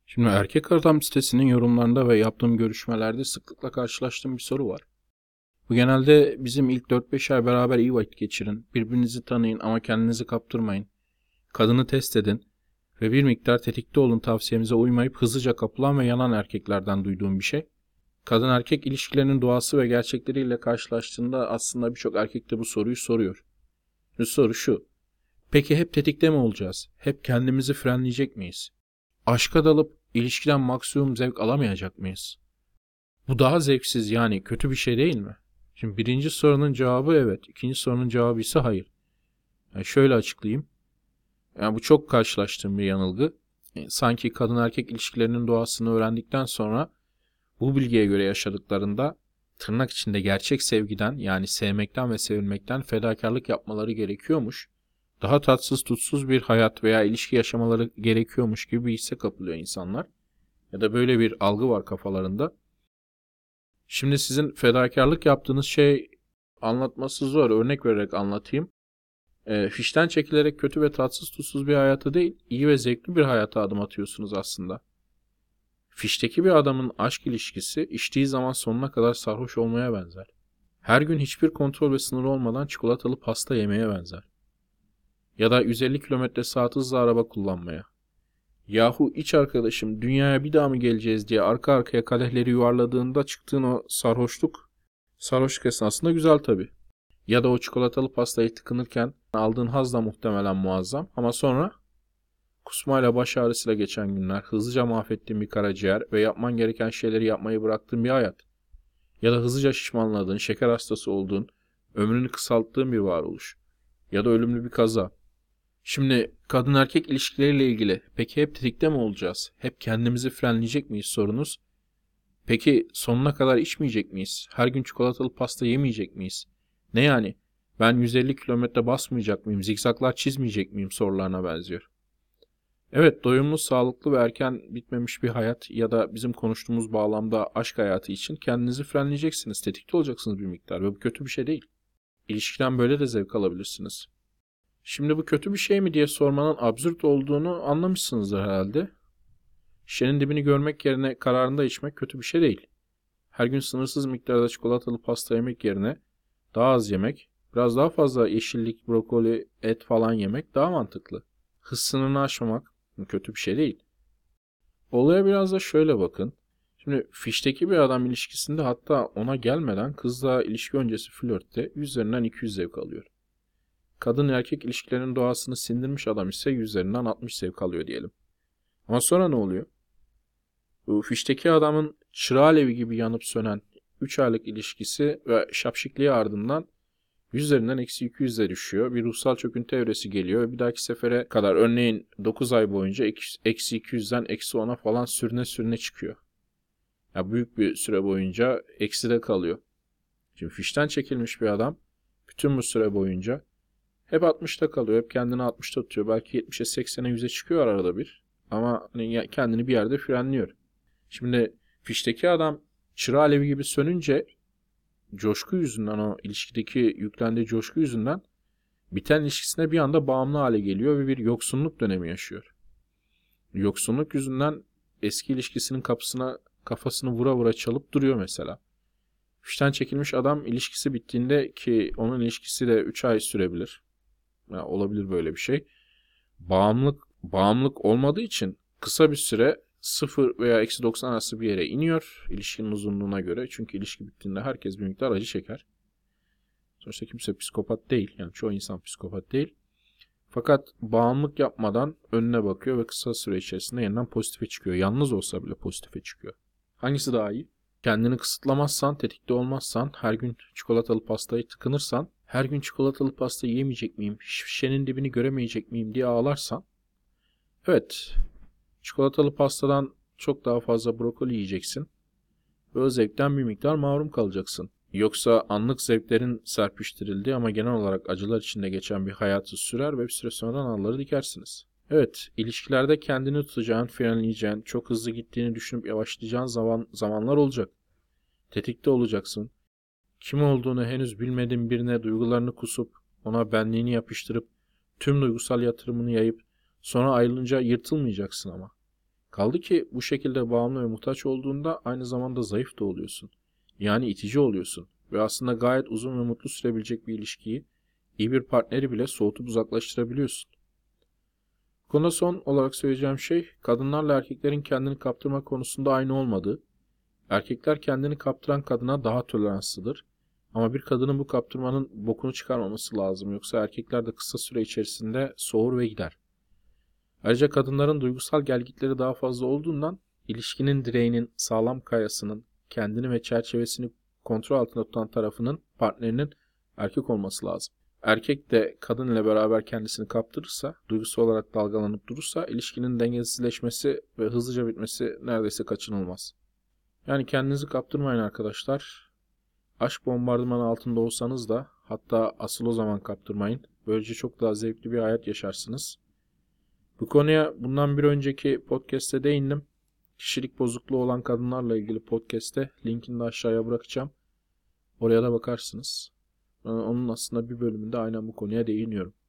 Şimdi Erkek Adam sitesinin yorumlarında ve yaptığım görüşmelerde sıklıkla karşılaştığım bir soru var. Bu genelde bizim ilk 4-5 ay beraber iyi vakit geçirin, birbirinizi tanıyın ama kendinizi kaptırmayın, kadını test edin ve bir miktar tetikte olun tavsiyemize uymayıp hızlıca kapılan ve yanan erkeklerden duyduğum bir şey. Kadın erkek ilişkilerinin doğası ve gerçekleriyle karşılaştığında aslında birçok erkek de bu soruyu soruyor. Soru şu: peki hep tetikte mi olacağız? Hep kendimizi frenleyecek miyiz? Aşka dalıp ilişkiden maksimum zevk alamayacak mıyız? Bu daha zevksiz, yani kötü bir şey değil mi? Şimdi birinci sorunun cevabı evet. İkinci sorunun cevabı ise hayır. Yani şöyle açıklayayım. Yani bu çok karşılaştığım bir yanılgı. Sanki kadın erkek ilişkilerinin doğasını öğrendikten sonra bu bilgiye göre yaşadıklarında tırnak içinde gerçek sevgiden, yani sevmekten ve sevilmekten fedakarlık yapmaları gerekiyormuş. Daha tatsız tutsuz bir hayat veya ilişki yaşamaları gerekiyormuş gibi bir hisse kapılıyor insanlar. Ya da böyle bir algı var kafalarında. Şimdi sizin fedakarlık yaptığınız şey anlatması zor. Örnek vererek anlatayım. Fişten çekilerek kötü ve tatsız tutsuz bir hayata değil, iyi ve zevkli bir hayata adım atıyorsunuz aslında. Fişteki bir adamın aşk ilişkisi içtiği zaman sonuna kadar sarhoş olmaya benzer. Her gün hiçbir kontrol ve sınır olmadan çikolatalı pasta yemeye benzer. Ya da 150 km/saat hızla araba kullanmaya. Yahu iç arkadaşım, dünyaya bir daha mı geleceğiz diye arka arkaya kadehleri yuvarladığında çıktığın o sarhoşluk esnasında güzel tabii. Ya da o çikolatalı pastayı tıkınırken aldığın haz da muhtemelen muazzam. Ama sonra kusmayla, baş ağrısıyla geçen günler, hızlıca mahvettiğin bir karaciğer ve yapman gereken şeyleri yapmayı bıraktığın bir hayat. Ya da hızlıca şişmanladığın, şeker hastası olduğun, ömrünü kısalttığın bir varoluş. Ya da ölümlü bir kaza. Şimdi kadın erkek ilişkileriyle ilgili peki hep tetikte mi olacağız? Hep kendimizi frenleyecek miyiz sorunuz? Peki sonuna kadar içmeyecek miyiz? Her gün çikolatalı pasta yemeyecek miyiz? Ne yani? Ben 150 kilometre basmayacak mıyım? Zikzaklar çizmeyecek miyim sorularına benziyor. Evet, doyumlu, sağlıklı ve erken bitmemiş bir hayat ya da bizim konuştuğumuz bağlamda aşk hayatı için kendinizi frenleyeceksiniz. Tetikte olacaksınız bir miktar ve bu kötü bir şey değil. İlişkiden böyle de zevk alabilirsiniz. Şimdi bu kötü bir şey mi diye sormanın absürt olduğunu anlamışsınızdır herhalde. Şişenin dibini görmek yerine kararında içmek kötü bir şey değil. Her gün sınırsız miktarda çikolatalı pasta yemek yerine daha az yemek, biraz daha fazla yeşillik, brokoli, et falan yemek daha mantıklı. Hız sınırını aşmamak kötü bir şey değil. Olaya biraz da şöyle bakın. Şimdi fişteki bir adam ilişkisinde, hatta ona gelmeden kızla ilişki öncesi flörtte 100 üzerinden 200 zevk alıyor. Kadın erkek ilişkilerinin doğasını sindirmiş adam ise 100 üzerinden 60 zevk alıyor diyelim. Ama sonra ne oluyor? Bu fişteki adamın çırağı alevi gibi yanıp sönen 3 aylık ilişkisi ve şapşikliği ardından 100 üzerinden eksi 200'e düşüyor. Bir ruhsal çöküntü evresi geliyor ve bir dahaki sefere kadar, örneğin 9 ay boyunca eksi 200'den eksi 10'a falan sürüne sürüne çıkıyor. Ya büyük bir süre boyunca ekside kalıyor. Şimdi fişten çekilmiş bir adam bütün bu süre boyunca hep 60'ta kalıyor. Hep kendini 60'ta tutuyor. Belki 70'e 80'e 100'e çıkıyor arada bir. Ama hani kendini bir yerde frenliyor. Şimdi fişteki adam çıra alevi gibi sönünce, coşku yüzünden, o ilişkideki yüklendiği coşku yüzünden biten ilişkisine bir anda bağımlı hale geliyor ve bir yoksunluk dönemi yaşıyor. Yoksunluk yüzünden eski ilişkisinin kapısına kafasını vura vura çalıp duruyor mesela. Fişten çekilmiş adam ilişkisi bittiğinde, ki onun ilişkisi de 3 ay sürebilir. Ya, olabilir böyle bir şey. Bağımlılık olmadığı için kısa bir süre 0 veya eksi 90 arası bir yere iniyor ilişkinin uzunluğuna göre. Çünkü ilişki bittiğinde herkes bir miktar acı çeker. Sonuçta kimse psikopat değil. Yani çoğu insan psikopat değil. Fakat bağımlılık yapmadan önüne bakıyor ve kısa süre içerisinde yeniden pozitife çıkıyor. Yalnız olsa bile pozitife çıkıyor. Hangisi daha iyi? Kendini kısıtlamazsan, tetikte olmazsan, her gün çikolatalı pastayı tıkınırsan, her gün çikolatalı pasta yiyemeyecek miyim, şişenin dibini göremeyecek miyim diye ağlarsan, evet, çikolatalı pastadan çok daha fazla brokoli yiyeceksin ve o zevkten bir miktar mahrum kalacaksın. Yoksa anlık zevklerin serpiştirildiği ama genel olarak acılar içinde geçen bir hayatı sürer ve bir süre sonra nalları dikersiniz. Evet, ilişkilerde kendini tutacağın, frenleyeceğin, çok hızlı gittiğini düşünüp yavaşlayacağın zamanlar olacak. Tetikte olacaksın. Kim olduğunu henüz bilmediğin birine duygularını kusup, ona benliğini yapıştırıp, tüm duygusal yatırımını yayıp, sonra ayrılınca yırtılmayacaksın ama. Kaldı ki bu şekilde bağımlı ve muhtaç olduğunda aynı zamanda zayıf da oluyorsun. Yani itici oluyorsun ve aslında gayet uzun ve mutlu sürebilecek bir ilişkiyi, iyi bir partneri bile soğutup uzaklaştırabiliyorsun. Konuda son olarak söyleyeceğim şey, kadınlarla erkeklerin kendini kaptırma konusunda aynı olmadığı. Erkekler kendini kaptıran kadına daha toleranslıdır. Ama bir kadının bu kaptırmanın bokunu çıkarmaması lazım. Yoksa erkekler de kısa süre içerisinde soğur ve gider. Ayrıca kadınların duygusal gelgitleri daha fazla olduğundan ilişkinin direğinin, sağlam kayasının, kendini ve çerçevesini kontrol altında tutan tarafının partnerinin erkek olması lazım. Erkek de kadın ile beraber kendisini kaptırırsa, duygusal olarak dalgalanıp durursa ilişkinin dengesizleşmesi ve hızlıca bitmesi neredeyse kaçınılmaz. Yani kendinizi kaptırmayın arkadaşlar. Aşk bombardımanı altında olsanız da hatta asıl o zaman kaptırmayın. Böylece çok daha zevkli bir hayat yaşarsınız. Bu konuya bundan bir önceki podcast'te değindim. Kişilik bozukluğu olan kadınlarla ilgili podcast'te linkini de aşağıya bırakacağım. Oraya da bakarsınız. Onun aslında bir bölümünde aynen bu konuya değiniyorum.